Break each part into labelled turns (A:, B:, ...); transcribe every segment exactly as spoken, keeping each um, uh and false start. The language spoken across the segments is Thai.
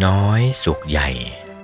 A: น้อยสุขใหญ่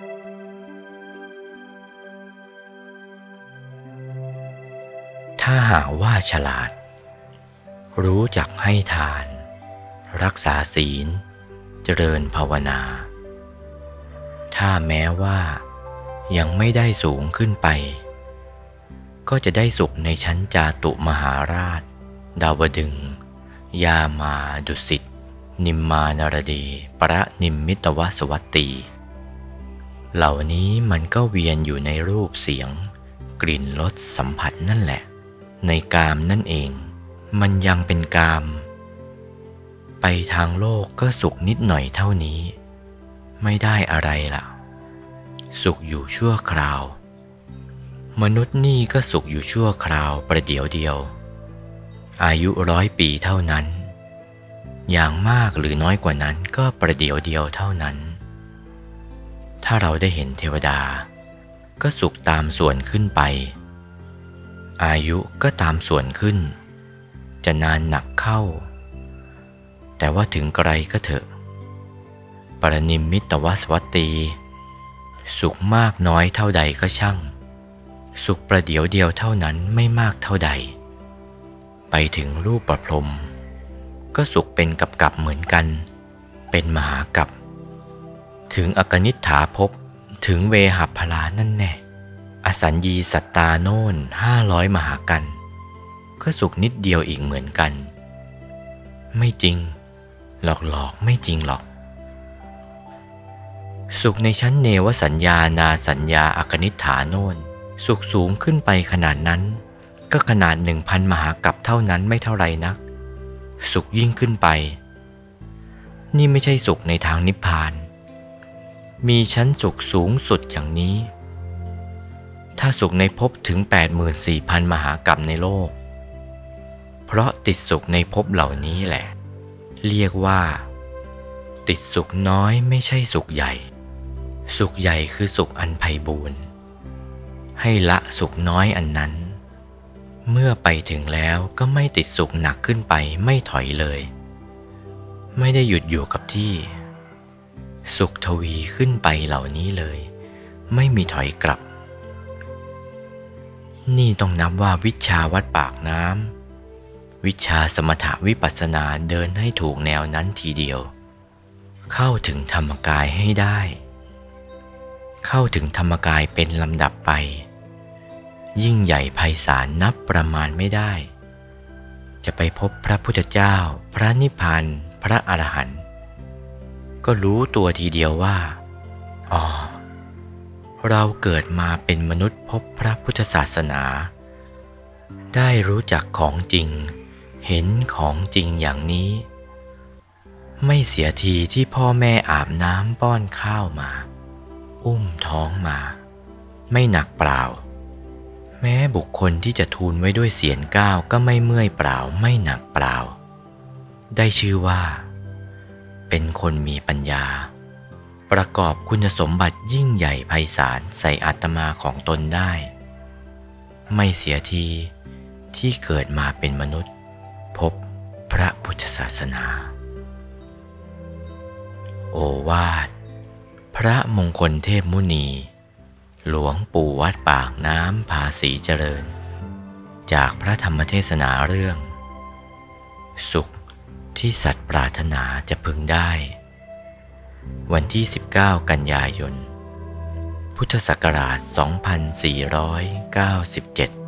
A: ถ้าหากว่าฉลาดรู้จักให้ทานรักษาศีลเจริญภาวนาถ้าแม้ว่ายังไม่ได้สูงขึ้นไปก็จะได้สุขในชั้นจาตุมหาราชดาวดึงส์ยามาดุสิตนิมมานารดีประนิมมิตวสวัตตีเหล่านี้มันก็เวียนอยู่ในรูปเสียงกลิ่นรสสัมผัสนั่นแหละในกามนั่นเองมันยังเป็นกามไปทางโลกก็สุขนิดหน่อยเท่านี้ไม่ได้อะไรล่ะสุขอยู่ชั่วคราวมนุษย์นี่ก็สุขอยู่ชั่วคราวประเดี๋ยวเดียวอายุร้อยปีเท่านั้นอย่างมากหรือน้อยกว่านั้นก็ประเดี๋ยวเดียวเท่านั้นถ้าเราได้เห็นเทวดาก็สุขตามส่วนขึ้นไปอายุก็ตามส่วนขึ้นจะนานหนักเข้าแต่ว่าถึงไกลก็เถอะปรนิมมิตวสวัตตีสุขมากน้อยเท่าใดก็ช่างสุขประเดี๋ยวเดียวเท่านั้นไม่มากเท่าใดไปถึงรูปประพรหมก็สุขเป็นกับกับเหมือนกันเป็นมหากัปถึงอกนิษฐาภพถึงเวหัพพลานั่นแน่อสัญญีสัตตาโน่นห้าร้อยมหากันก็สุขนิดเดียวอีกเหมือนกันไม่จริงหลอกหลอกไม่จริงหรอกสุขในชั้นเนวสัญญานาสัญญาอกนิษฐาโน่นสุขสูงขึ้นไปขนาดนั้นก็ขนาดหนึ่งพันมหากัปเท่านั้นไม่เท่าไรนักสุขยิ่งขึ้นไปนี่ไม่ใช่สุขในทางนิพพานมีชั้นสุขสูงสุดอย่างนี้ถ้าสุขในภพถึง แปดหมื่นสี่พัน มหากัปในโลกเพราะติดสุขในภพเหล่านี้แหละเรียกว่าติดสุขน้อยไม่ใช่สุขใหญ่สุขใหญ่คือสุขอันไพบูลย์ให้ละสุขน้อยอันนั้นเมื่อไปถึงแล้วก็ไม่ติดสุขหนักขึ้นไปไม่ถอยเลยไม่ได้หยุดอยู่กับที่สุขทวีขึ้นไปเหล่านี้เลยไม่มีถอยกลับนี่ต้องนับว่าวิชาวัดปากน้ำวิชาสมถะวิปัสสนาเดินให้ถูกแนวนั้นทีเดียวเข้าถึงธรรมกายให้ได้เข้าถึงธรรมกายเป็นลำดับไปยิ่งใหญ่ไพศาลนับประมาณไม่ได้จะไปพบพระพุทธเจ้าพระนิพพานพระอรหันต์ก็รู้ตัวทีเดียวว่าอ๋อเราเกิดมาเป็นมนุษย์พบพระพุทธศาสนาได้รู้จักของจริงเห็นของจริงอย่างนี้ไม่เสียทีที่พ่อแม่อาบน้ำป้อนข้าวมาอุ้มท้องมาไม่หนักเปล่าแม้บุคคลที่จะทูลไว้ด้วยเสียรเก้าก็ไม่เมื่อยเปล่าไม่หนักเปล่าได้ชื่อว่าเป็นคนมีปัญญาประกอบคุณสมบัติยิ่งใหญ่ไพศาลใส่อาตมาของตนได้ไม่เสียทีที่เกิดมาเป็นมนุษย์พบพระพุทธศาสนาโอวาทพระมงคลเทพมุนีหลวงปู่วัดปากน้ำภาษีเจริญจากพระธรรมเทศนาเรื่องสุขที่สัตว์ปรารถนาจะพึงได้วันที่สิบเก้ากันยายนพุทธศักราชสองพันสี่ร้อยเก้าสิบเจ็ด